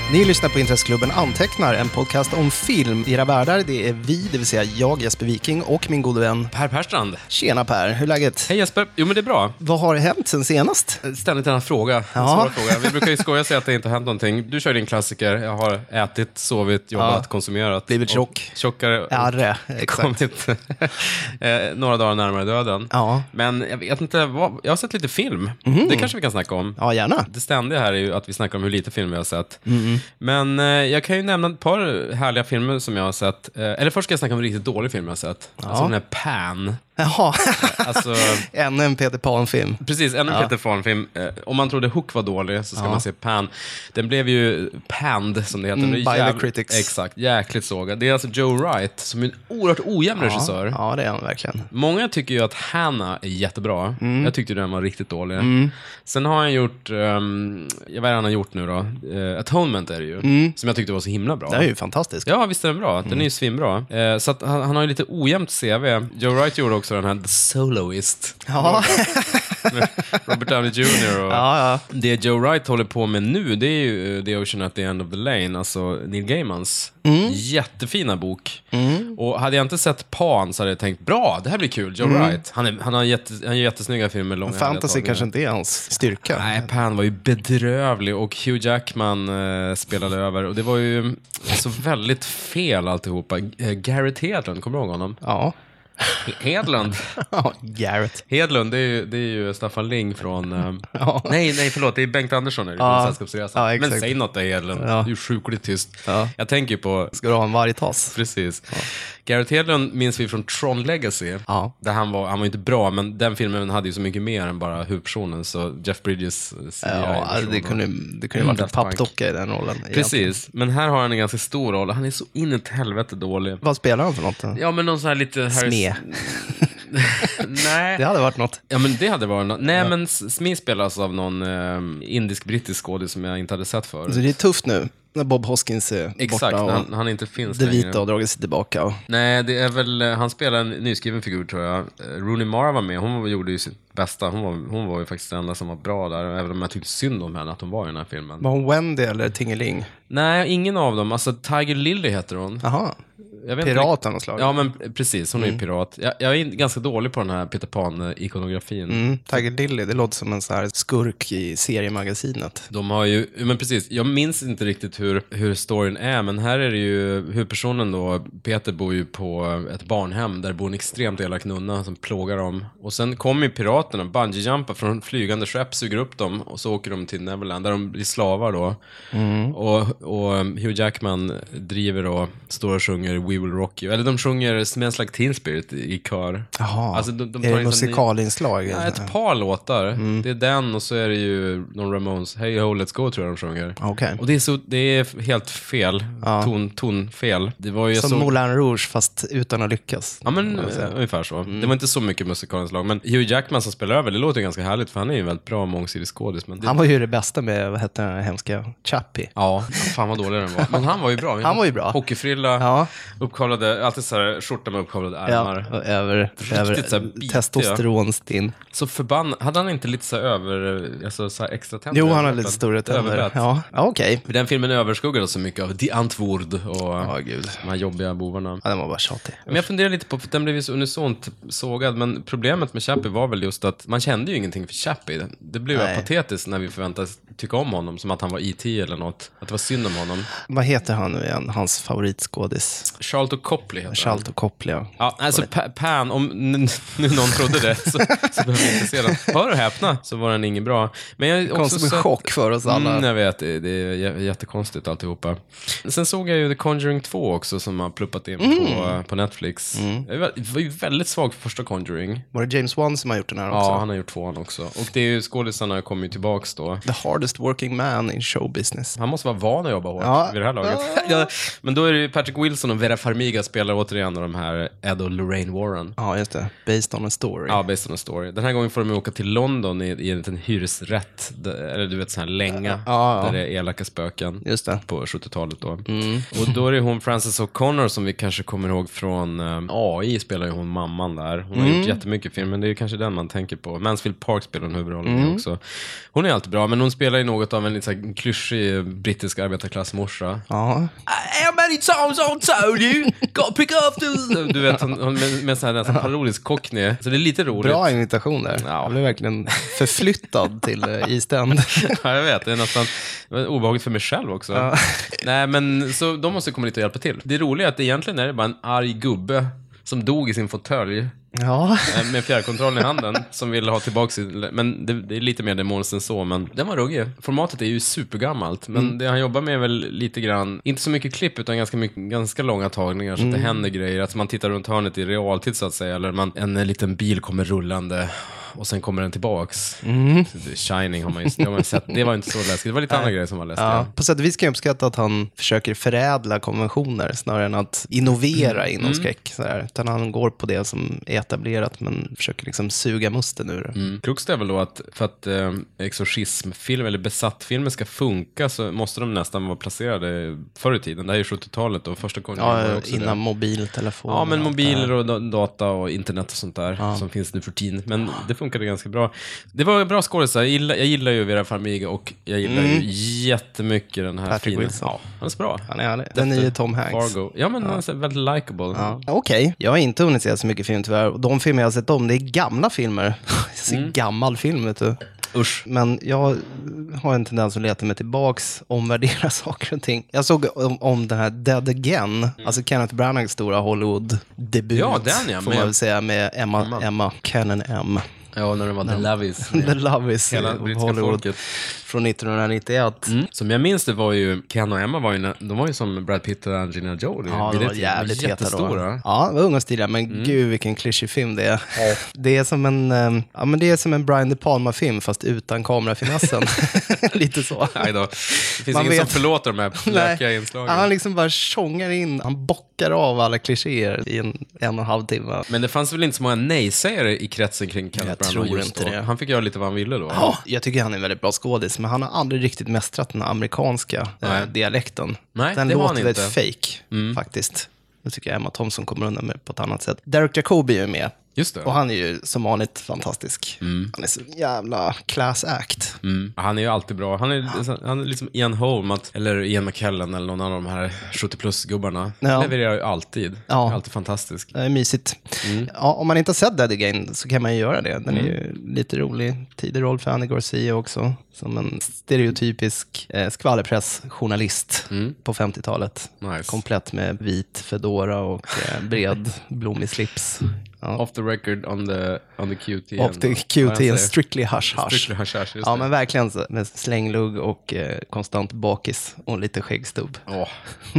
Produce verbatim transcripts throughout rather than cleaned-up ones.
Ni lyssnar på Intresseklubben Antecknar, en podcast om film. Era värdar, det är vi, det vill säga jag, Jesper Viking, och min gode vän Per Perstrand. Tjena Per, hur är läget? Hej Jesper, jo men det är bra. Vad har hänt sen senast? Ständigt denna fråga, en Ja. svår fråga. Vi brukar ju skoja sig att det inte har hänt någonting. Du kör din klassiker, jag har ätit, sovit, jobbat, Ja. konsumerat. Blivit tjock. Och tjockare. Och Arre, exakt. kommit eh, några dagar närmare döden. Ja. Men jag vet inte, vad, jag har sett lite film. Mm. Det kanske vi kan snacka om. Ja, gärna. Det ständiga här är ju att vi snackar om hur lite film vi har sett. Mm. Men eh, jag kan ju nämna ett par härliga filmer som jag har sett. Eh, eller först ska jag snacka om riktigt dålig film jag har sett. Ja. Alltså den här Pan. Jaha, Alltså, ännu en Peter Pan-film. precis, ännu en Ja. Peter Pan-film. Eh, om man trodde Hook var dålig så ska Ja. man se Pan. Den blev ju panned, som det heter. Mm, Det är by the jävligt- critics. Exakt, jäkligt sågad. Det är alltså Joe Wright, som är en oerhört ojämn regissör. Ja, ja, det är han verkligen. Många tycker ju att Hanna är jättebra. Mm. Jag tyckte den var riktigt dålig. Sen har han gjort, um, vad är det han har gjort nu då? Uh, Atonement är det ju, som jag tyckte var så himla bra. Det är ju fantastiskt. Ja, visst är den bra. Den är ju svinbra. Eh, så att han, han har ju lite ojämnt C V. Joe Wright gjorde också den här The Soloist. Ja, Med Robert Downey junior Och ja, ja. det Joe Wright håller på med nu, det är ju The Ocean at the End of the Lane, alltså Neil Gaimans jättefina bok. Och hade jag inte sett Pan så hade jag tänkt, bra, det här blir kul, Joe Wright. Han, är, han har jätte, han gör jättesnygga filmer, långa Fantasy kanske inte är hans styrka. Nej, Pan var ju bedrövlig och Hugh Jackman eh, spelade över. Och det var ju så väldigt fel alltihopa. Eh, Garrett Hedlund, kommer du ihåg honom? Ja, Hedlund. ja Garrett. Hedlund, det är ju, det är ju Staffan Ling från... Eh, Ja. Nej, nej, förlåt, det är Bengt Andersson är det, Ja. från Sällskapsresan. Ja, exakt. Men säg något där, Hedlund. Ja. Det är ju sjukligt tyst. Ja. Jag tänker ju på... Ska du ha en vargtass? Precis. Garrett Hedlund minns vi från Tron Legacy. Ja. Där han var, han var inte bra, men den filmen hade ju så mycket mer än bara huvudpersonen. Så Jeff Bridges C G I Ja, det kunde, det kunde varit en Daft Punk. pappdocka i den rollen. egentligen. Precis, men här har han en ganska stor roll. Han är så in i ett helvete dålig. Vad spelar han för något då? Ja, men någon sån här lite... Harris- Sme. Nej. Det hade varit något. Ja, men det hade varit något. Nej, men Smee spelas av någon eh, indisk-brittisk skådis som jag inte hade sett förut. Så det är tufft nu när Bob Hoskins är Exakt, borta och han, han inte finns det längre. vita har dragit sig tillbaka. Och... Nej, det är väl, eh, han spelar en nyskriven figur tror jag. Eh, Rooney Mara var med, hon var, gjorde ju sitt bästa. Hon var, hon var ju faktiskt den enda som var bra där. Även om jag tyckte synd om henne att hon var i den här filmen. Var hon Wendy eller Tingeling? Nej, ingen av dem. Alltså Tiger Lily heter hon. Jaha, Jag vet inte pirat av något slag. Ja, men precis. Hon är ju pirat. Jag, jag är ganska dålig på den här Peter Pan-ikonografin. Mm, Tiger Lily, det låter som en så här skurk i seriemagasinet. De har ju, men precis, jag minns inte riktigt hur, hur storyn är, men här är det ju, huvudpersonen då, Peter bor ju på ett barnhem där det bor en extremt elak nunna som plågar dem. Och sen kommer ju piraterna, bungee-jumpa från flygande skepp, suger upp dem och så åker de till Neverland där de blir slavar då. Mm. Och, och Hugh Jackman driver då, står och sjunger We Will Rock You, eller de sjunger Smells Like Teen Spirit i kör. Jaha, Alltså, de, de är tar det in sån ny- musikalinslag? Ja, ett par låtar. Det är den och så är det ju någon Ramones Hey Ho Let's Go tror jag de sjunger. Okej. Och det är, så, det är helt fel. Ja. Ton, tonfel. Det var ju Som så... Moulin Rouge fast utan att lyckas. Ja, men kan man säga. eh, ungefär så. Det var inte så mycket musikalinslag. Men Hugh Jackman som spelar över, det låter ju ganska härligt för han är ju en väldigt bra mångsidig skådis. Men det... Han var ju det bästa med, vad hette den hemska, Chappie. Ja, fan vad dålig den var. Men han var ju bra. Han var ju bra. Hockeyfrilla, Ja. uppkavlade, alltid så här skjorta med uppkavlade Ja, ärmar. och över, så här över bitiga. testosteronstinn. Så förbannad. Hade han inte lite så här över, alltså så här extra tänder? Jo, han har över lite läppen? större tänder. Överbett. Ja, ja okej. För den filmen överskuggade så mycket av Die Antwoord och Ja, gud. de här jobbiga bovarna. Ja, den var bara tjatig. Men jag funderar lite på, för den blev ju så unisont sågad, men problemet med Chappie var väl just att man kände ju ingenting för Chappie. Det blev ju Nej. patetiskt när vi förväntades tycka om honom, som att han var E T eller något. Att det var synd om honom. Vad heter han nu igen? Hans favoritskådis? Charlton Copley heter han. Charlton Copley, ja. Ja, alltså Pa- Pan, om n- nu någon trodde det så, så behöver vi inte se den. Hör och häpna, så var den ingen bra. Men jag har Kom också som en sett- chock för oss alla. Mm, jag vet, det, det är j- jättekonstigt alltihopa. Sen såg jag ju The Conjuring två också som har pluppat in på, på Netflix. Jag var, var ju väldigt svag för första Conjuring. Var det James Wan som har gjort den här också? Ja, han har gjort tvåan också. Och det är ju, skådisarna kommer ju tillbaks då. The hardest working man in show business. Han måste vara van att jobba hårt Ja. vid det här laget. Ja, men då är det ju Patrick Wilson och Vera Farmiga spelar återigen de här Ed och Lorraine Warren. Ja, just det. Based on a story. Ja, based on a story. Den här gången får de åka till London i, i en liten hyresrätt, eller du vet sån här länga, ja, ja. där det är elaka spöken. Just det. På sjuttiotalet då. Mm. Och då är det hon Frances O'Connor som vi kanske kommer ihåg från um, A I, spelar ju hon mamman där. Hon har Mm. gjort jättemycket film, men det är kanske den man tänker på. Mansfield Park spelar hon huvudrollen Mm. med också. Hon är alltid bra, men hon spelar ju något av en lite så här klyschig brittisk arbetarklassmorsa. Ja. How many times I've told you? Got pick up the... Du vet, hon, hon med, med sån här nästan parodisk cockney. Så det är lite roligt. Bra imitation där. Ja. Jag blev verkligen förflyttad till uh, East End. Ja, jag vet. Det är nästan obehagligt för mig själv också. Ja. Nej, men så de måste komma dit och hjälpa till. Det roliga är att egentligen är det bara en arg gubbe som dog i sin fåtölj Ja. med fjärrkontrollen i handen som ville ha tillbaka sin... Men det, det är lite mer demoniskt än så, men den var ruggig. Formatet är ju supergammalt, men mm. det han jobbar med är väl lite grann, inte så mycket klipp utan ganska, mycket, ganska långa tagningar så att mm. det händer grejer. Att man tittar runt hörnet i realtid så att säga, eller man, en liten bil kommer rullande och sen kommer den tillbaks. Mm. Shining har man ju, det har man sett. Det var inte så läskigt. Det var lite andra grejer som var läskiga. Ja. På sätt och vis kan jag uppskatta att han försöker förädla konventioner snarare än att innovera mm. inom mm. skräck. Sådär. Utan han går på det som är etablerat men försöker liksom suga musten ur det. Mm. Klokst är väl då att för att eh, exorcismfilm eller besattfilmer ska funka så måste de nästan vara placerade förr i tiden. Det här är sjuttiotalet och första gången. Ja, också innan det. Mobiltelefon. Ja, men mobiler och data och internet och sånt där ja. Som finns nu för tiden. Men det funkade ganska bra. Det var bra skådespelare. Jag gillar, jag gillar ju Vera Farmiga och jag gillar mm. ju jättemycket den här Patrick fina. Wilson. Ja, han är så bra. Han är härlig. Den nya Tom Hanks. Fargo. Ja, men ja. Han är väldigt likable. Ja. Okej, okay. Jag har inte hunnit se så mycket film tyvärr. De filmer jag har sett om, det är gamla filmer. mm. Gammal film, vet du. Usch. Men jag har en tendens att leta mig tillbaks, omvärdera saker och ting. Jag såg om, om den här Dead Again, mm. alltså Kenneth Branaghs stora Hollywood-debut. Ja, den ja. Får man väl säga, med Emma, Emma. Emma Cannon M. Ja, när det var The Lovies. The Lovies Hela Hollywood folket. Från nittonhundranittioett. Mm. Som jag minns det var ju, Ken och Emma var ju, de var ju som Brad Pitt och Angelina Jolie. Ja, de var jävligt jättestora. Då. Ja, de var unga och stiliga, men mm. gud vilken klyschig film det är. Ja. Det är som en, ja, men det är som en Brian De Palma-film fast utan kamerafinessen. Lite så. Nej då. Det finns Man ingen vet. som förlåter de här lökiga inslagen. Han liksom bara tjongar in, han bockar av alla klichéer i en, en och en halv timme. Men det fanns väl inte så många nej-sägare i kretsen kring Kenneth Branagh. Jag tror inte det. Han fick göra lite vad han ville då. Ja, jag tycker han är en väldigt bra skådis, men han har aldrig riktigt mästrat den amerikanska eh, dialekten. Nej, den det låter har han väldigt inte. fake, mm. faktiskt. Nu tycker jag Emma Thompson kommer undan med på ett annat sätt. Derek Jacobi är ju med. Just det. Och han är ju som vanligt fantastisk. Mm. Han är så jävla class act. Mm. Han är ju alltid bra. Han är, han är liksom Ian Holm, att, eller Ian McKellen eller någon av de här sjuttio plus-gubbarna. Ja. Han levererar ju alltid. Ja. Alltid fantastisk. Det är mysigt. Mm. Ja, om man inte har sett Dead Again så kan man ju göra det. Den mm. är ju lite rolig. Tidig roll för Andy Garcia också. Som en stereotypisk eh, skvallerpressjournalist mm. på femtiotalet. Nice. Komplett med vit fedora och eh, bred blommig slips. Ja. Off the record on the, on the Q T. Off the Q T and strictly hush hush. Strictly hush hush, just ja, det. Men verkligen så, med slänglugg och eh, konstant bakis och lite skäggstubb. Oh.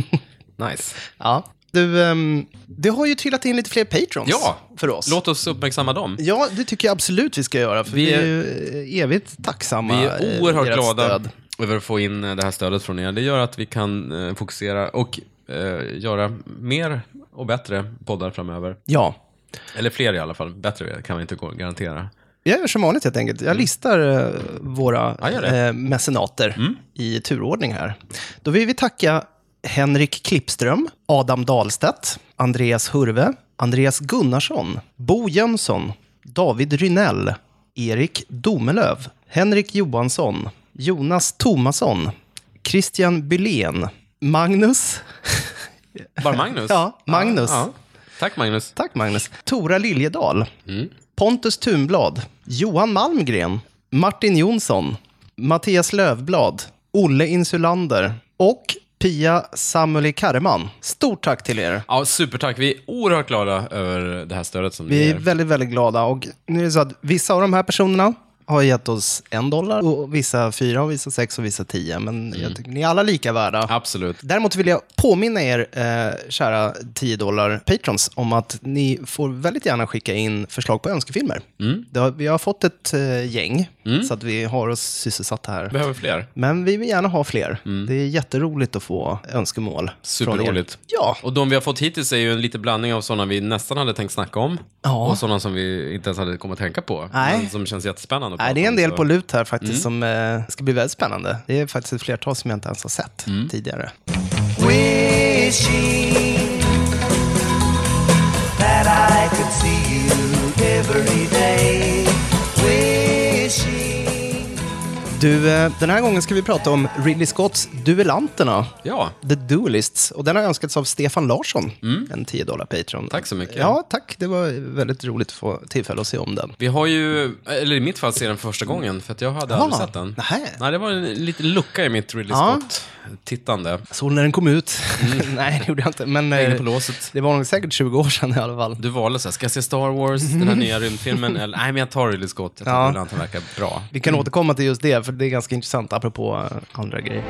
Nice. Ja. Du, um, det har ju trillat in lite fler patrons ja, för oss. Låt oss uppmärksamma dem. Ja, det tycker jag absolut vi ska göra. För vi, vi är ju evigt tacksamma. Vi är oerhört glada stöd. över att få in det här stödet från er. Det gör att vi kan eh, fokusera och eh, göra mer och bättre poddar framöver. Ja. Eller fler i alla fall. Bättre kan vi inte garantera. Jag gör som vanligt helt enkelt. Jag listar uh, våra ja, uh, mecenater mm. i turordning här. Då vill vi tacka Henrik Klippström, Adam Dahlstedt, Andreas Hurve, Andreas Gunnarsson, Bo Jönsson, David Rynell, Erik Domelöv, Henrik Johansson, Jonas Tomasson, Christian Bylén, Magnus. Bara Magnus? Ja, Magnus. Ja, ja. Tack Magnus. Tack Magnus. Tora Liljedal. Mm. Pontus Thunblad. Johan Malmgren. Martin Jonsson. Mattias Lövblad. Olle Insulander. Och Pia Samueli Karman. Stort tack till er. Ja, supertack. Vi är oerhört glada över det här stödet som vi ni är. Vi är väldigt, väldigt glada. Och nu är det så att vissa av de här personerna har gett oss en dollar och vissa fyra och vissa sex och vissa tio. Men mm. jag tycker ni är alla lika värda. Absolut. Däremot vill jag påminna er, eh, kära tio dollar patrons, om att ni får väldigt gärna skicka in förslag på önskefilmer. Mm. Har, vi har fått ett eh, gäng, mm. så att vi har oss sysselsatta här. Behöver fler. Men vi vill gärna ha fler. Mm. Det är jätteroligt att få önskemål. Superroligt. Ja. Och de vi har fått hittills är ju en lite blandning av sådana vi nästan hade tänkt snacka om. Ja. Och sådana som vi inte ens hade kommit att tänka på. Nej. Men som känns jättespännande. Nej, det är en del om, på lut här faktiskt mm. som eh, ska bli väldigt spännande. Det är faktiskt ett flertal som jag inte ens har sett mm. tidigare. Wishing that I could see you every day. Wishing. Du, den här gången ska vi prata om Ridley Scotts Duellanterna. Ja. The Duelists. Och den har önskats av Stefan Larsson, mm. en tio dollar Patreon. Tack så mycket. Ja, tack. Det var väldigt roligt att få tillfälle att se om den. Vi har ju, eller i mitt fall ser den första gången, för att jag hade Aha. aldrig sett den. Nähä. Nej, det var en liten lucka i mitt Ridley ja. Scott-tittande. Så när den kom ut. Mm. Nej, det gjorde jag inte. Men jag på låset. Det var nog säkert tjugo år sedan i alla fall. Du valde så här, ska jag se Star Wars, den här nya rymdfilmen? Eller, nej, men jag tar Ridley Scott. Jag tycker ja. Duellanterna verkar bra. Vi kan mm. återkomma till just det, för det är ganska intressant apropå andra grejer.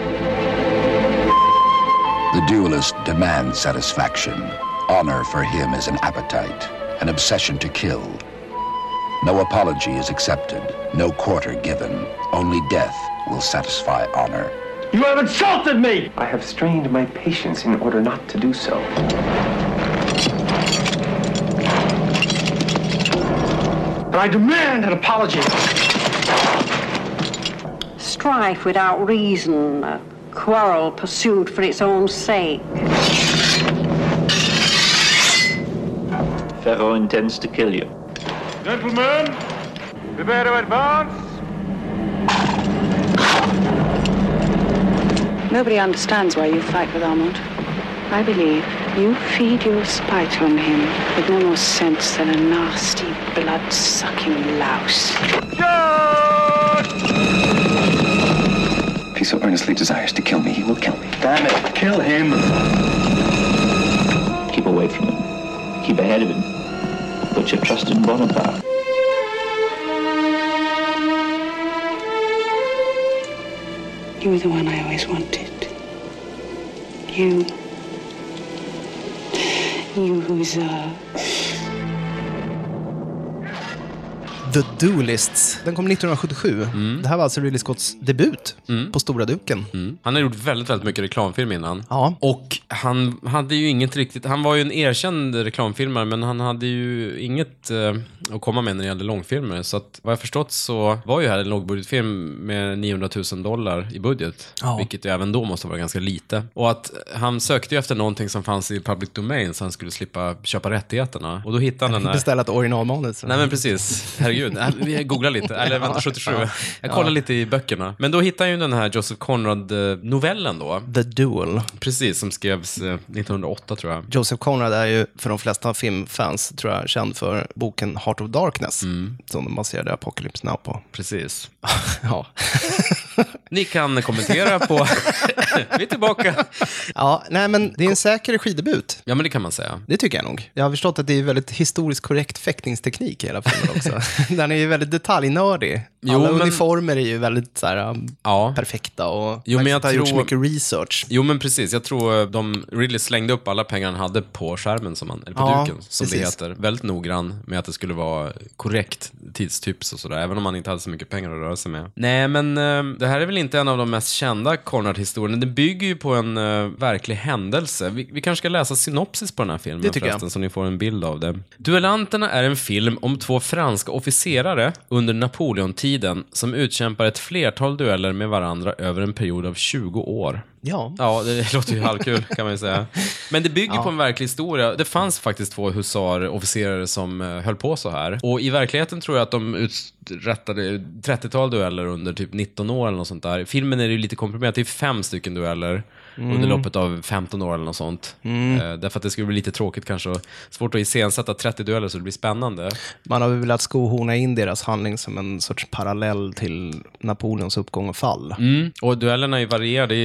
The duelist demands satisfaction. Honor for him is an appetite, an obsession to kill. No apology is accepted, no quarter given. Only death will satisfy honor. You have insulted me! I have strained my patience in order not to do so. But I demand an apology. Strife without reason, a quarrel pursued for its own sake. Ferro intends to kill you. Gentlemen, prepare to advance. Nobody understands why you fight with Armand. I believe you feed your spite on him with no more sense than a nasty, blood-sucking louse. If he so earnestly desires to kill me, he will kill me. Damn it, kill him! Keep away from him. Keep ahead of him. Put your trust in Bonaparte. You were the one I always wanted. You... You who's uh... The Duelists. Den kom nittonhundrasjuttiosju. Mm. Det här var alltså Ridley Scotts debut mm. på stora duken. Mm. Han har gjort väldigt, väldigt mycket reklamfilm innan. Ja. Och han hade ju inget riktigt... Han var ju en erkänd reklamfilmare, men han hade ju inget eh, att komma med när det gällde långfilmer. Så att, vad jag förstått så var ju här en lågbudgetfilm med niohundratusen dollar i budget. Ja. Vilket ju även då måste vara ganska lite. Och att han sökte ju efter någonting som fanns i public domain så han skulle slippa köpa rättigheterna. Och då hittade han den här... Beställa ett originalmanus. Nej, men precis. Herregud. Vi googlar lite, eller vänta sjuttiosju. Jag kollar ja. lite i böckerna. Men då hittade jag ju den här Joseph Conrad-novellen då. The Duel. Precis, som skrevs nittonhundraåtta tror jag. Joseph Conrad är ju för de flesta filmfans tror jag känd för boken Heart of Darkness. Mm. Som de baserade Apocalypse Now på. Precis. Ja. Ni kan kommentera på... Vi är tillbaka. Ja, nej men det är en säker skidebut. Ja, men det kan man säga. Det tycker jag nog. Jag har förstått att det är väldigt historiskt korrekt fäktningsteknik i hela filmen också. Den är ju väldigt detaljnördig. Jo, alla men... uniformer är ju väldigt så här, ja. perfekta och jo, men jag har tror... gjort så mycket research. Jo, men precis. Jag tror de Ridley slängde upp alla pengar han hade på skärmen, som man, eller på ja, duken, som precis. Det heter. Väldigt noggrann med att det skulle vara korrekt tidstyps och sådär, även om man inte hade så mycket pengar att röra sig med. Nej, men uh, det här är väl inte en av de mest kända Conrad-historierna. Det bygger ju på en uh, verklig händelse. Vi, vi kanske ska läsa synopsis på den här filmen, det tycker förresten, jag. Så ni får en bild av det. Duellanterna är en film om två franska officerare under Napoleontiden som utkämpar ett flertal dueller med varandra över en period av tjugo år. Ja. Ja, det låter ju halvkul kan man ju säga. Men det bygger ja. på en verklig historia. Det fanns faktiskt två husarofficerare som höll på så här. Och i verkligheten tror jag att de uträttade trettiotal dueller under typ nitton år eller något sånt där. Filmen är ju lite komprimerat. Det är fem stycken dueller mm. under loppet av femton år eller något sånt. Mm. Uh, därför att det skulle bli lite tråkigt kanske. Och svårt att iscensätta trettio dueller så det blir spännande. Man har väl velat skohorna in deras handling som en sorts parallell till Napoleons uppgång och fall. Mm. Och duellerna är varierade. Det är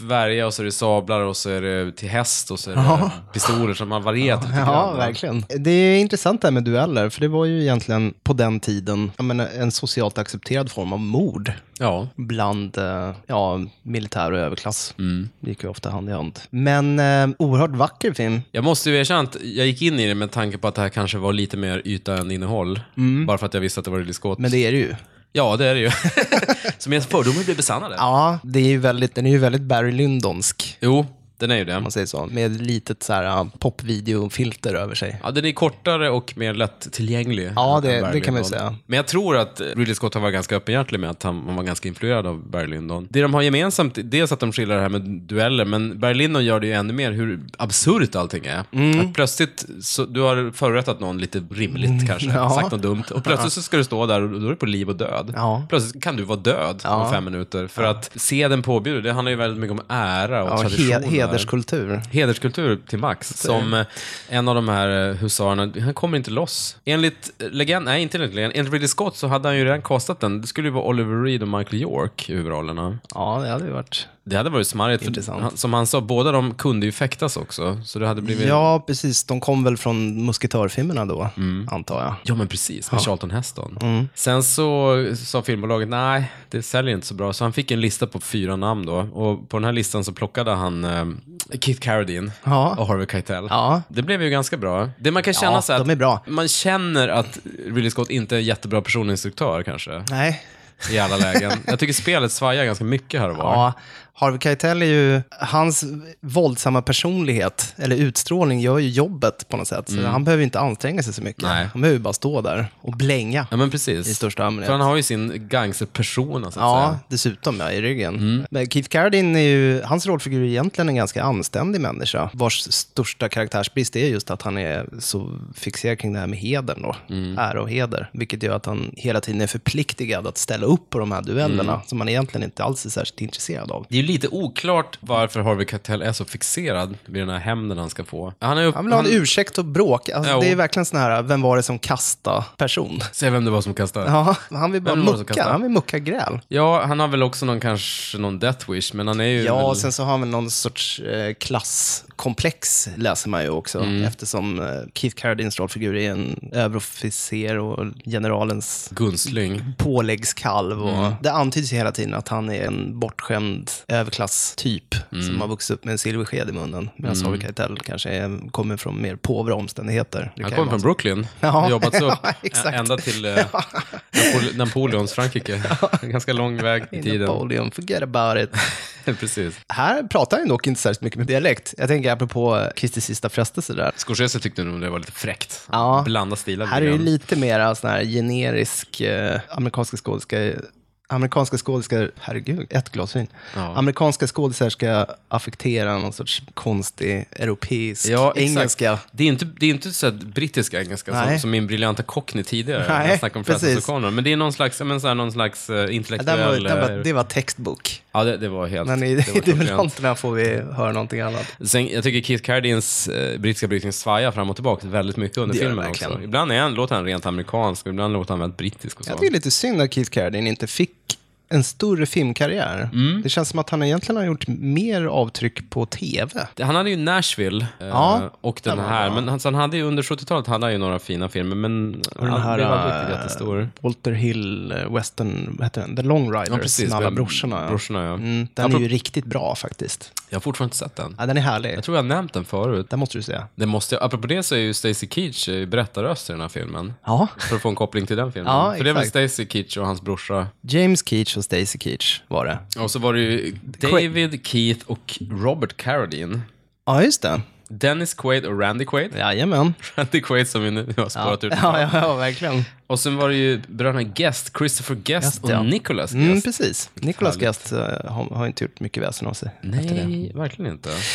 värja och så är det sablar och så är det till häst och så är det ja. pistoler som har varierat lite Ja, grann. verkligen. Det är intressant det här med dueller, för det var ju egentligen på den tiden jag menar, en socialt accepterad form av mord. Ja. Bland ja, militär och överklass. Mm. Det gick ju ofta hand i hand. Men eh, oerhört vacker film. Jag måste ju erkänna att jag gick in i det med tanke på att det här kanske var lite mer yta än innehåll. Mm. Bara för att jag visste att det var Ridley Scott. Men det är det ju. Ja, det är det ju. Så mina fördomar blir besannade. Ja, det är ju väldigt, den är ju väldigt Barry Lyndonsk. Jo. Den är ju det. Man säger så. Med ett litet så här popvideofilter över sig. Ja, den är kortare och mer lätt tillgänglig. Ja, det, det kan man ju säga. Men jag tror att Ridley Scott har varit ganska öppenhjärtig med att han, han var ganska influerad av Barry Lyndon. Det de har gemensamt, dels att de skiljer det här med dueller, men Barry Lyndon gör det ju ännu mer hur absurt allting är. Mm. Att plötsligt, så, du har förrättat någon lite rimligt mm, kanske, ja. sagt något dumt, och plötsligt så ska du stå där och då är det på liv och död. Ja. Plötsligt kan du vara död ja. om fem minuter. För ja. att se den påbjuden, det handlar ju väldigt mycket om ära och ja, traditioner. He- hederskultur. Hederskultur till max. Som en av de här husarerna, han kommer inte loss. Enligt legend, nej inte enligt legend, enligt Ridley Scott så hade han ju redan kastat den. Det skulle ju vara Oliver Reed och Michael York i huvudrollerna. Ja, det hade ju varit... Det hade varit smarrigt, för han, som han sa, båda de kunde ju fäktas också. Så det hade blivit... Ja, precis. De kom väl från musketörfilmerna då, mm. antar jag. Ja, men precis. Med ja. Charlton Heston. Mm. Sen så sa filmbolaget, nej, det säljer inte så bra. Så han fick en lista på fyra namn då. Och på den här listan så plockade han eh, Keith Carradine ja. och Harvey Keitel. Ja. Det blev ju ganska bra. Det man kan känna ja, så att de är bra. Man känner att Ridley Scott inte är en jättebra personinstruktör kanske. Nej. I alla lägen. Jag tycker spelet svajar ganska mycket här och var. Ja, Harvey Keitel är ju, hans våldsamma personlighet eller utstrålning gör ju jobbet på något sätt. Så mm. han behöver inte anstränga sig så mycket. Nej. Han behöver bara stå där och blänga. Ja, men precis. I största allmänhet. För han har ju sin gangsterpersona så att ja, säga. dessutom ja, i ryggen. Mm. Men Keith Carradine är ju, hans rollfigur är egentligen en ganska anständig människa. Vars största karaktärsbrist är just att han är så fixerad kring det här med hedern då. Mm. Ära och heder. Vilket gör att han hela tiden är förpliktigad att ställa upp på de här duellerna. Mm. Som man egentligen inte alls är särskilt intresserad av. Det är lite oklart varför Harvey Keitel är så fixerad vid den här hämnden han ska få. Han, är upp, han vill ha en han... ursäkt och bråk. Alltså, det är verkligen sån här, vem var det som kastade person? Säg vem det var som kastade. Ja, han vill bara mucka. Han vill mucka gräl. Ja, han har väl också någon kanske någon death wish, men han är ju... Ja, väl... sen så har han väl någon sorts eh, klasskomplex, läser man ju också. Mm. Eftersom eh, Keith Carradines rollfigur är en överofficer och generalens gunstling. Påläggskalv. Och mm. det antyds ju hela tiden att han är en bortskämd överklass-typ mm. som har vuxit upp med en silversked i munnen. Medan mm. Harvey Keitel kanske är, kommer från mer påvra omständigheter. Det han kommer från Brooklyn. Ja. Jobbat så ja, ända till eh, Napole- Napoleons Frankrike. Ja. En ganska lång väg i tiden. Napoleon, forget about it. Precis. Här pratar han dock inte särskilt mycket med dialekt. Jag tänker apropå Kristi sista frestelse där. Scorsese tyckte nog det var lite fräckt. Ja. Blanda stilar. Här är det lite mer sån här generisk eh, amerikanska skådespelare. Amerikanska skådespelare, herregud, ett glas vin. Ja. Amerikanska skådespelare ska affektera någon sorts konstig europeisk ja, engelska. Det är inte, det är inte så brittiska engelska som, som min briljanta Cockney tidigare. Nej, jag snackade om Francis O'Connor. Men det är någon slags, men så här, någon slags uh, intellektuell... Ja, det, var, det, var, det var textbok. Ja, det, det var helt... Men i duellanterna får vi höra någonting annat. Sen, jag tycker Keith Carradines uh, brittiska brytning svajar fram och tillbaka väldigt mycket under filmen också. Ibland är han, låter han rent amerikansk och ibland låter han väldigt brittisk och så. Jag tycker det är lite synd att Keith Carradine inte fick en större filmkarriär. Mm. Det känns som att han egentligen har gjort mer avtryck på tv. Han hade ju Nashville ja, eh, och den här. Men han, han hade ju under sjuttiotalet hade han ju några fina filmer. Men och den här, han var riktigt jättestor. Walter Hill, Western, vad heter den? The Long Riders. Ja, precis. Med alla brorsorna. Ja. brorsorna ja. Mm, den Apro- är ju riktigt bra faktiskt. Jag har fortfarande inte sett den. Ja, den är härlig. Jag tror jag har nämnt den förut. Den måste du säga. Det måste jag. Apropå det så är ju Stacy Keach berättarröst i den här filmen. Ja. För att få en koppling till den filmen. Ja, för exakt. det är väl Stacy Keach och hans brorsa. James Keach och Stacy Keach var det. Och så var det ju David, Keith och Robert Carradine. Ja, just det. Dennis Quaid och Randy Quaid. Jajamän. Randy Quaid som vi nu har spårat ja. ut. Ja, ja, ja, verkligen. Och sen var det ju bröderna Guest, Christopher Guest Just, och ja. Nicholas Guest. Mm, precis. Nicholas Guest uh, har, har inte gjort mycket väsen av sig. Nej, verkligen inte.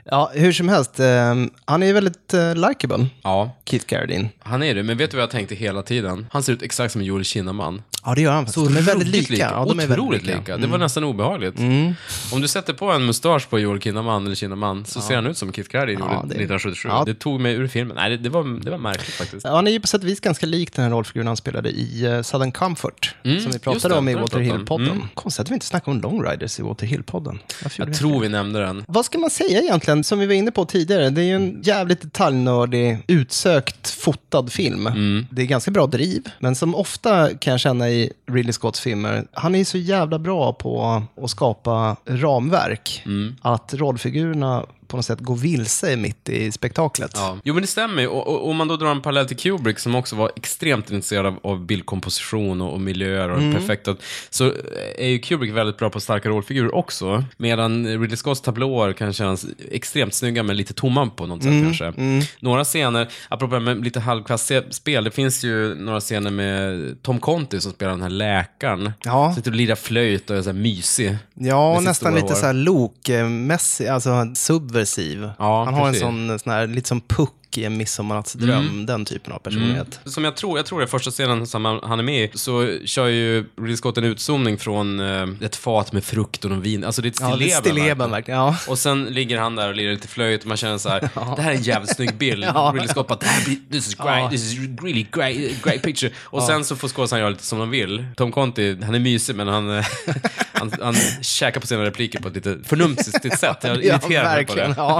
Ja, hur som helst. Eh, han är ju väldigt eh, likeable. Ja. Keith Carradine. Han är det, men vet du vad jag tänkte hela tiden? Han ser ut exakt som Joel Kinnaman. Ja, det gör han. Så de är väldigt lika. lika. Ja, de är Otroligt väldigt lika. lika. Mm. Det var nästan obehagligt. Mm. Om du sätter på en mustasch på Joel Kinnaman eller Kinnaman så ja. ser han ut som Keith Carradine ja, gjorde det... nittonhundrasjuttiosju. Ja. Det tog mig ur filmen. Nej, det, det, var, det var märkligt faktiskt. Ja, han är ju på sätt och vis ganska lik den här rollfiguren han spelade i uh, Southern Comfort. Mm, som vi pratade det, om i Walter Hill-podden. Mm. Konstigt att vi inte snackade om Long Riders i Walter Hill-podden. Jag tror vi nämnde den. Vad ska man säga egentligen? Som vi var inne på tidigare. Det är ju en jävligt detaljnördig, utsökt fotad film. Mm. Det är ganska bra driv. Men som ofta kan jag känna i Ridley Scotts filmer, han är så jävla bra på att skapa ramverk. Mm. Att rollfigurerna på något sätt går vilse mitt i spektaklet. Ja. Jo, men det stämmer ju. Och om man då drar en parallell till Kubrick som också var extremt intresserad av, av bildkomposition och, och miljöer och mm. perfekta, så är ju Kubrick väldigt bra på starka rollfigurer också. Medan Ridley Scotts tablåer kan kännas extremt snygga men lite tomma på något sätt mm. kanske. Mm. Några scener, apropå med lite halvkvass spel, det finns ju några scener med Tom Conti som spelar den här läkaren. Ja. Sitter och lirar flöjt och är så här mysig. Ja, nästan lite hår. Så här Luke-mässig, alltså sub Ja, han har precis. en sån, sån här, lite som Puck i En midsommarnattsdröm, mm. den typen av personlighet. Mm. Som jag tror, jag tror det är första scenen som han, han är med i, så kör ju Ridley Scott en utzoomning från eh, ett fat med frukt och vin. Alltså det är ett stilleben. Ja, det är stilleben verkligen. Ja. Och sen ligger han där och lirar lite flöjt och man känner så här, ja. det här är en jävligt snygg bild. Ja. Ridley Scott bara, this is great, ja. this is really great, great picture. Och ja. sen så får skådespelaren göra lite som han vill. Tom Conti, han är mysig men han, han, han käkar på sina repliker på ett lite förnumstigt sätt. Jag irriterar mig på det. Ja.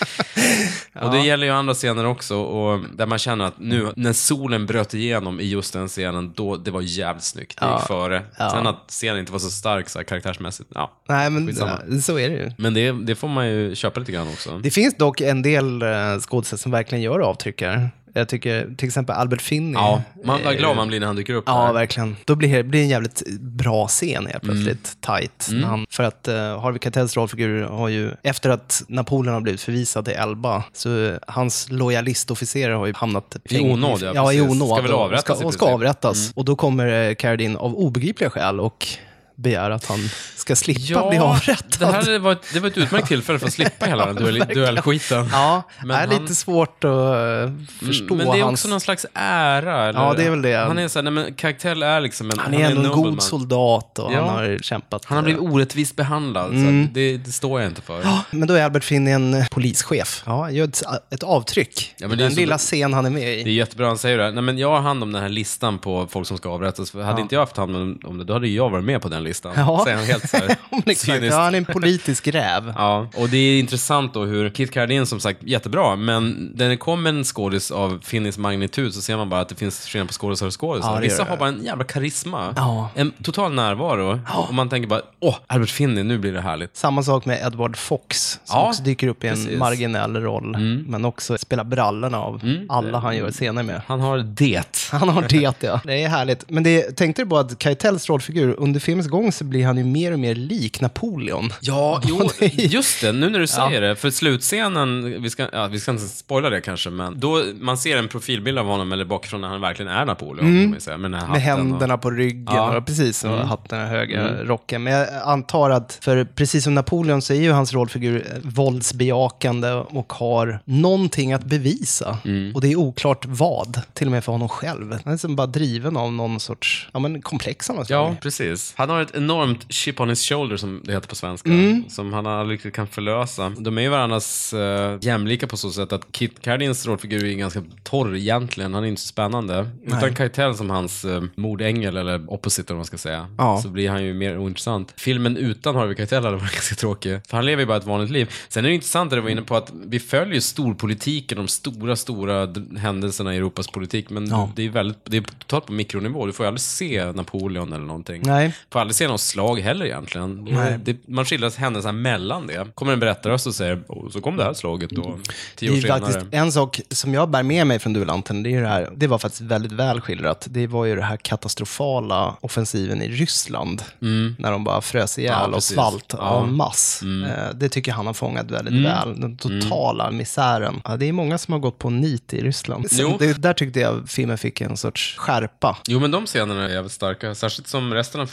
Och det gäller ju andra scener också, och där man känner att nu när solen bröt igenom i just den scenen, då det var jävligt snyggt. Det gick ja. före. Ja. Sen att scenen inte var så stark så här, karaktärsmässigt. Ja. Nej, men det, så är det ju. Men det, det får man ju köpa lite grann också. Det finns dock en del uh, skådespelare som verkligen gör avtryckare. Jag tycker till exempel Albert Finney. Ja, man var glad man blir när han dyker upp. Ja, där. verkligen. Då blir det blir en jävligt bra scen helt plötsligt. Mm. Tight. Mm. Han, för att uh, Harvey Keitels rollfigur har ju, efter att Napoleon har blivit förvisad till Elba, så hans lojalistofficerare har ju hamnat i onåd. Ja, ja i onåd. Ska väl avrättas. Och ska, och ska avrättas. Mm. Och då kommer uh, Carradine av obegripliga skäl och begär att han ska slippa ja, bli avrättad. Det här var ett, det var ett utmärkt tillfälle för att slippa hela den duell, duellskiten. Ja, men det är han, lite svårt att förstå. Men det är hans... också någon slags ära. Eller? Ja, det är väl det. Han är så här, nej men Keitel är liksom en... Han är, han är ändå en god man. soldat och ja. han har kämpat. Han har blivit orättvist behandlad, mm. så det, det står jag inte för. Ja, men då är Albert Finney en polischef. Ja, han gör ett, ett avtryck. Ja, men den lilla så, scen han är med i. Det är jättebra han säger det. Nej, men jag har hand om den här listan på folk som ska avrättas. Hade ja. inte jag haft hand om det, då hade jag varit med på den listan. Ja. Säger han helt så här ja, han är en politisk räv. Ja, och det är intressant då hur Keith Carradine, som sagt, jättebra, men när det kommer en skådis av Finneys magnitud så ser man bara att det finns skillnad på skådisar och skådisar. Ja, vissa har bara en jävla karisma. Ja. En total närvaro. Ja. Och man tänker bara, åh, Albert Finney, nu blir det härligt. Samma sak med Edward Fox, som ja, också dyker upp i en precis. marginell roll, mm. men också spelar brallorna av mm. alla han gör scener med. Han har det. Han har det, ja. Det är härligt. Men det, tänkte du på att Keitels rollfigur, under filmens gång så blir han ju mer och mer lik Napoleon. Ja, jo, just det, nu när du säger ja. det. För slutscenen, vi ska, ja, vi ska inte spoila det kanske, men då man ser en profilbild av honom eller bakifrån när han verkligen är Napoleon. Mm. Kan man säga, med, med händerna och... på ryggen ja. och precis, och mm. hatten och höga mm. rocken. Men jag antar att, för precis som Napoleon så är ju hans rollfigur våldsbejakande och har någonting att bevisa. Mm. Och det är oklart vad, till och med för honom själv. Han är som bara driven av någon sorts ja, men komplex. Ja, precis. Han har ett enormt chip on his shoulder, som det heter på svenska, mm. som han aldrig riktigt kan förlösa. De är ju varandras uh, jämlika på så sätt att Keith Carradines rollfigur är ganska torr egentligen. Han är inte så spännande. Nej. Utan Keitel som hans uh, mordängel, eller opposite om man ska säga, ja. så blir han ju mer ointressant. Filmen utan Harvey Keitel hade varit ganska tråkig. För han lever ju bara ett vanligt liv. Sen är det intressant att det var inne på att vi följer storpolitiken, de stora, stora d- händelserna i Europas politik, men ja. det är väldigt, det är totalt på mikronivå. Du får ju aldrig se Napoleon eller någonting. Nej. Du får aldrig se någon slag heller egentligen. Det, det, man skildras händelser mellan det. Kommer en berättare och säger, oh, så kom det här slaget då, tio år senare. Det är faktiskt en sak som jag bär med mig från Duellanten, det är det här, det var faktiskt väldigt väl skildrat. Det var ju det här katastrofala offensiven i Ryssland, mm. när de bara frös ihjäl ja, och svalt ja. av mass. Mm. Det tycker han har fångat väldigt mm. väl. Den totala mm. misären. Ja, det är många som har gått på nit i Ryssland. Det, där tyckte jag filmen fick en sorts skärpa. Jo, men de scenerna är jävligt starka. Särskilt som resten av filmen har varit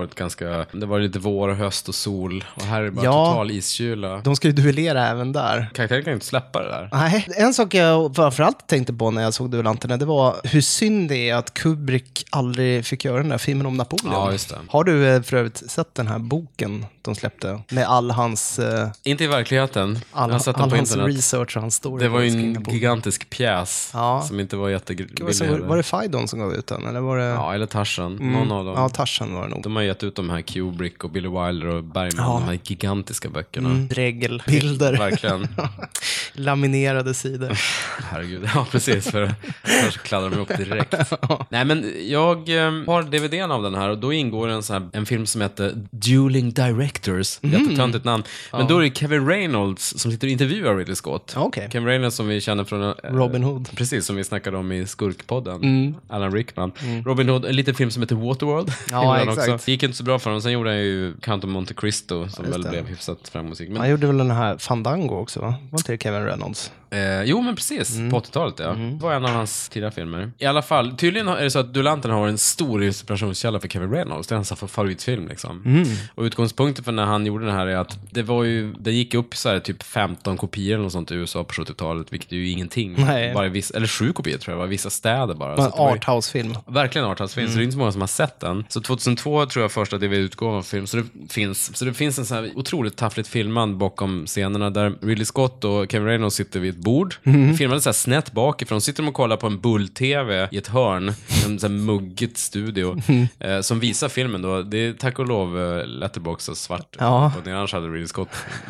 varit ganska, det var lite vår, höst och sol. Och här är det bara Ja. total iskyla. De ska ju duellera även där. Karaktären kan ju inte släppa det där. Nej, en sak jag framförallt tänkte på när jag såg Duellanterna, det var hur synd det är att Kubrick aldrig fick göra den där filmen om Napoleon. Ja, just det. Har du eh, för övrigt sett den här boken de släppte? Med all hans, eh, Inte i verkligheten. all, jag har sett den all på hans internet. research och hans story. Det var ju kring en Napoleon. gigantisk pjäs Ja. som inte var jättebillig. Var det, var det Faidon som gav ut den? Eller var det... Ja, eller Tarzan. Mm. Någon av dem. Ja, Tarzan var det nog. De har gett ut de här Kubrick och Billy Wilder och Bergman, Ja. de här gigantiska böckerna. Mm, regelbilder. Verkligen. Laminerade sidor. Herregud, ja precis, för annars kladdar de ihop direkt. Nej, men jag eh, har D V D:n av den här och då ingår en, sån här, en film som heter Dueling Directors. Mm. Jättetöntigt namn. Men Ja. då är det Kevin Reynolds som sitter och intervjuar Ridley Scott. Okej. Kevin Reynolds som vi känner från eh, Robin Hood. Precis, som vi snackade om i Skurkpodden. Mm. Alan Rickman. Robin Hood, en liten film som heter Waterworld. Ja, Gjorde han exakt. också. Det gick inte så bra för honom. Sen gjorde han ju Count of Monte Cristo som just väl det. blev hyfsat framgångsrik. Men Han gjorde väl den här Fandango också, va? Var inte det Kevin Reynolds? Eh, jo, men precis. Mm. På åttiotalet, ja. Det var en av hans tidiga filmer. I alla fall, tydligen är det så att Duellanterna har en stor inspirationskälla för Kevin Reynolds. Det är hans favoritfilm, liksom. Mm. Och utgångspunkten för när han gjorde den här är att det var ju, det gick upp så här typ femton kopior eller något sånt i U S A på sjuttiotalet, vilket är ju ingenting. Nej. Bara i vissa, eller sju kopior tror jag, var vissa städer bara. En Så att det var ju- arthouse-film. Verkligen arthouse-film, så det är inte så många som har sett den. Så tjugohundratvå tror jag första D V D-utgåvan av film, så det finns, så det finns en sån här otroligt taffligt filmad bakom scenerna där Ridley Scott och Kevin Reynolds sitter vid ett bord. Mm. Filmade så här snett bakifrån, sitter de och kollar på en bull-tv i ett hörn, en sån här muggigt studio, Mm. eh, som visar filmen då. Det är tack och lov eh, Letterboxd och svart. Ja. Och annars hade Ridley Scott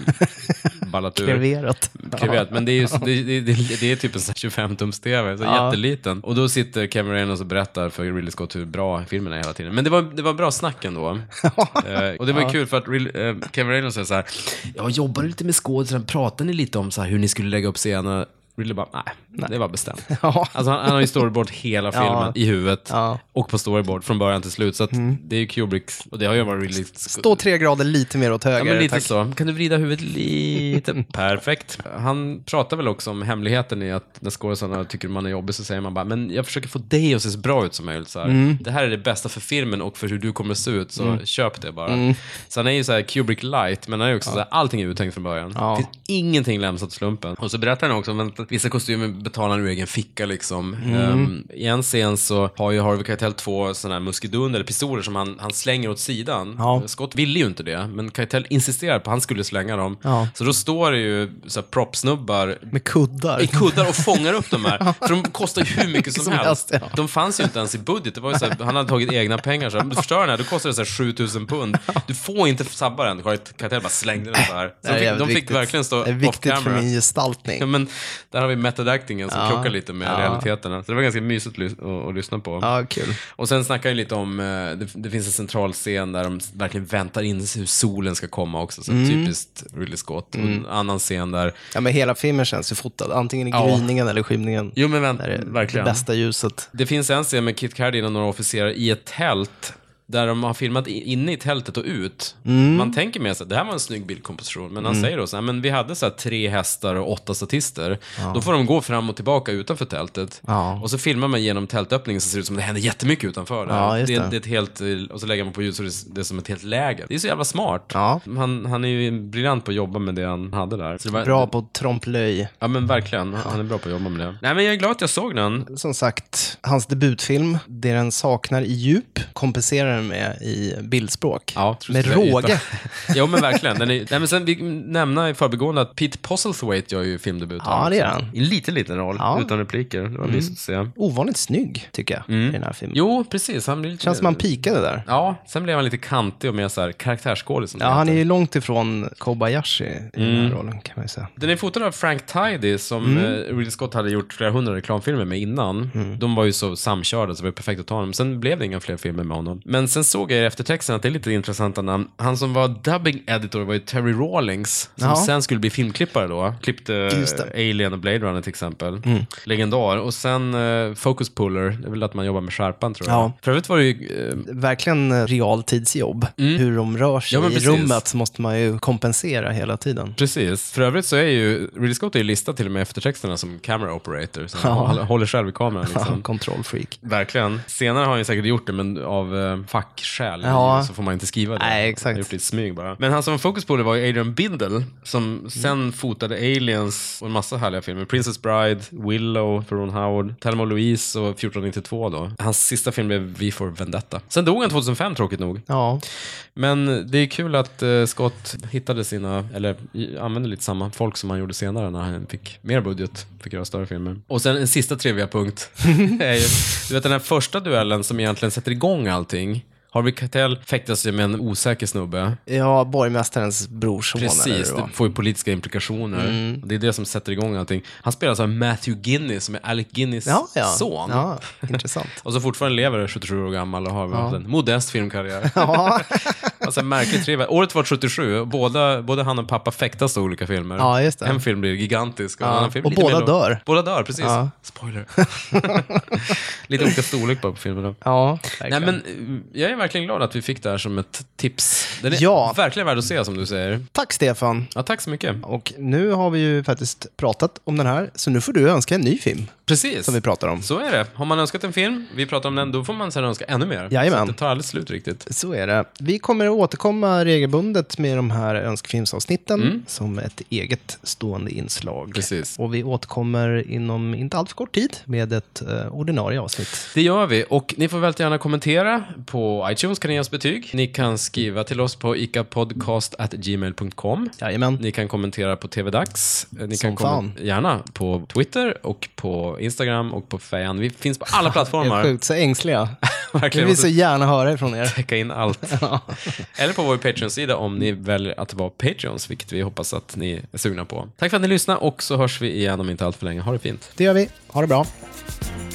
ballat ur. Kreverat. Kreverat. Men det är, ju, det, det, det, det är typ en sån här tjugofem-tums-tv, så Ja. jätteliten. Och då sitter Kevin Reynolds och berättar för Ridley Scott hur bra filmen är hela tiden. Men det var, det var bra snack ändå. eh, och det var ju kul för att Ridley, eh, Kevin Reynolds säger så här: jag jobbar lite med skådespelare, pratar ni lite om så här hur ni skulle lägga upp scener? Ridley bara, nej, nej, det var bestämt. Ja. Alltså han, han har ju storyboard hela filmen Ja. i huvudet Ja. och på storyboard från början till slut. Så att det är ju Kubrick, och det har ju varit Ridley. Stå tre grader lite mer åt höger. Ja, men lite tack. så. Kan du vrida huvudet lite? Perfekt. Han pratar väl också om hemligheten i att när skådespelarna tycker man är jobbig så säger man bara, men jag försöker få dig att se så bra ut som möjligt. Så här. Mm. Det här är det bästa för filmen och för hur du kommer att se ut, så köp det bara. Så han är ju så här Kubrick light, men han är ju också så här, allting är uttänkt från början. Ja. Det finns ingenting lämnat åt slumpen. Och så berättar han också om att vissa kostymer betalar han ur egen ficka liksom. Um, I en scen så har ju Harvey Keitel två sådana här muskedund eller pistoler som han, han slänger åt sidan. Ja. Scott ville ju inte det, men Keitel insisterar på att han skulle slänga dem. Ja. Så då står det ju så här propsnubbar Med kuddar. i kuddar och fångar upp de här. För de kostar ju hur mycket som, Som helst. helst, ja. De fanns ju inte ens i budget. Det var ju så här, han hade tagit egna pengar. Så här, om du förstör den här, då kostar det så här sjutusen pund. Du får inte sabba den. Keitel bara slängde den så här. Så Det är de fick, jävligt de fick viktigt. verkligen stå Det är viktigt för off-camera. min gestaltning. Ja, men där har vi method actingen som Ja. krockar lite med Ja. realiteterna. Så det var ganska mysigt att, att, att lyssna på. Ja, kul. Och sen snackar jag lite om, eh, det, det finns en central scen där de verkligen väntar in hur solen ska komma också. Så Mm. typiskt Ridley Scott. Och en annan scen där, Ja, men hela filmen känns ju fotad. Antingen i Ja. gryningen eller skymningen. jo men vänt, Där är verkligen. det bästa ljuset. Det finns en scen med Kit Carradine och några officerare i ett tält där de har filmat i- inne i tältet och ut. Mm. Man tänker med sig att det här var en snygg bildkomposition, men han säger då så här, men vi hade så här tre hästar och åtta statister. Då får de gå fram och tillbaka utanför tältet. Ja. Och så filmar man genom tältöppningen så ser det ut som att det händer jättemycket utanför. Där. Ja, just det, är, det. det är ett helt, eh, och så lägger man på ljus så det är, det är som ett helt läger. Det är så jävla smart. Ja. Han, han är ju briljant på att jobba med det han hade där. Så det var, Bra på trompe-l'œil. Ja men verkligen, han är bra på att jobba med det. Nej men jag är glad att jag såg den. Som sagt, hans debutfilm, det den saknar i djup, kompenserar den med i bildspråk. Ja, tror med jag skulle råge. yta. Jo men verkligen. Den är, nej, men sen vi nämna i förbigående att Pete Postlethwaite gör ju filmdebut. här Ja, det gör också. han. I en liten, liten roll, Ja. utan repliker. Det var mysigt att se. Ovanligt snygg, tycker jag, i den här filmen. Jo, precis. Han blir lite... Känns som han pikade där. Ja, sen blev han lite kantig och mer så här karaktärsskådis. som Ja, det han är heter. ju långt ifrån Kobayashi i den här rollen, kan man ju säga. Den är fotad av Frank Tidy som Mm. eh, Ridley Scott hade gjort flera hundra reklamfilmer med innan. Mm. De var ju så samkörda så det var perfekt att ta dem. Sen blev det inga fler filmer med honom. Men sen såg jag i eftertexten att det är lite intressanta namn. Han som var dubbing editor var ju Terry Rawlings som Ja. sen skulle bli filmklippare då. Klippte Just det. Mm. Alien och Blade Runner till exempel. Legendar. Och sen eh, Focus Puller, det är väl att man jobbar med skärpan tror jag. Ja. För övrigt var det ju... Eh, Verkligen realtidsjobb. Hur de rör sig Ja, men i precis. rummet så måste man ju kompensera hela tiden. Precis. För övrigt så är ju Ridley Scott är ju listad till och med eftertexterna som camera operator. Så han Ja. håller- håller själv i kameran liksom. Kontrollfreak. Verkligen. Senare har han ju säkert gjort det, men av eh, fackskäl Ja. så får man inte skriva det. Nej, exakt. Han har gjort det i smyg bara. Men han som var fokus på det var ju Adrian Bindle som sen fotade Aliens och en massa härliga filmer. Princess Bride, Willow för Ron Howard, Thelma och Louise och fjorton nittiotvå då. Hans sista film blev V for Vendetta. Sen dog han tjugohundrafem, tråkigt nog. Ja. Men det är kul att uh, Scott hittade sina, eller använde lite samma folk som han gjorde senare när han fick mer budget, fick göra större filmer. Och sen en sista trivia punkt är ju, du vet den här första duellen som egentligen sätter igång allting. Harvey Keitel fäktas sig med en osäker snubbe. Ja, borgmästarens brorson. Precis, det får ju politiska implikationer. Mm. Det är det som sätter igång allting. Han spelar av Matthew Guinness som är Alec Guinness ja, ja. son. Ja, intressant. Och så fortfarande lever sjuttiosju år gammal och har ja. en modest filmkarriär. Ja. Alltså märkligt trivia. Året var sjuttiosju. Båda, både han och pappa fäktas i olika filmer. Ja, just det. En film blir gigantisk. Och, ja. en annan film och båda mer dör. Båda dör, precis. Ja. Spoiler. Lite olika storlek bara på filmerna. Ja, nej, men jag är verkligen glad att vi fick det här som ett tips. Den är ja. verkligen värd att se, som du säger. Tack, Stefan. Ja, tack så mycket. Och nu har vi ju faktiskt pratat om den här, så nu får du önska en ny film. Precis. Som vi pratar om. Så är det. Har man önskat en film, vi pratar om den, då får man sedan önska ännu mer. Jajamän. Så det tar aldrig slut riktigt. Så är det. Vi kommer att återkomma regelbundet med de här önskefilmsavsnitten mm. som ett eget stående inslag. Precis. Och vi återkommer inom inte allt för kort tid med ett uh, ordinarie avsnitt. Det gör vi. Och ni får väldigt gärna kommentera. På iTunes kan ni ge oss betyg. Ni kan skriva till oss på icapodcast at gmail dot com. Jajamän. Ni kan kommentera på T V-dags. Ni Som kan kom- gärna på Twitter och på Instagram och på Fan. Vi finns på alla plattformar. Det är sjukt så ängsliga. Verkligen. Vi vill så gärna höra ifrån er. Täcka in allt. Ja. Eller på vår Patreon-sida om ni väljer att vara Patreons, vilket vi hoppas att ni är sugna på. Tack för att ni lyssnade och så hörs vi igen om inte allt för länge. Ha det fint. Det gör vi. Ha det bra.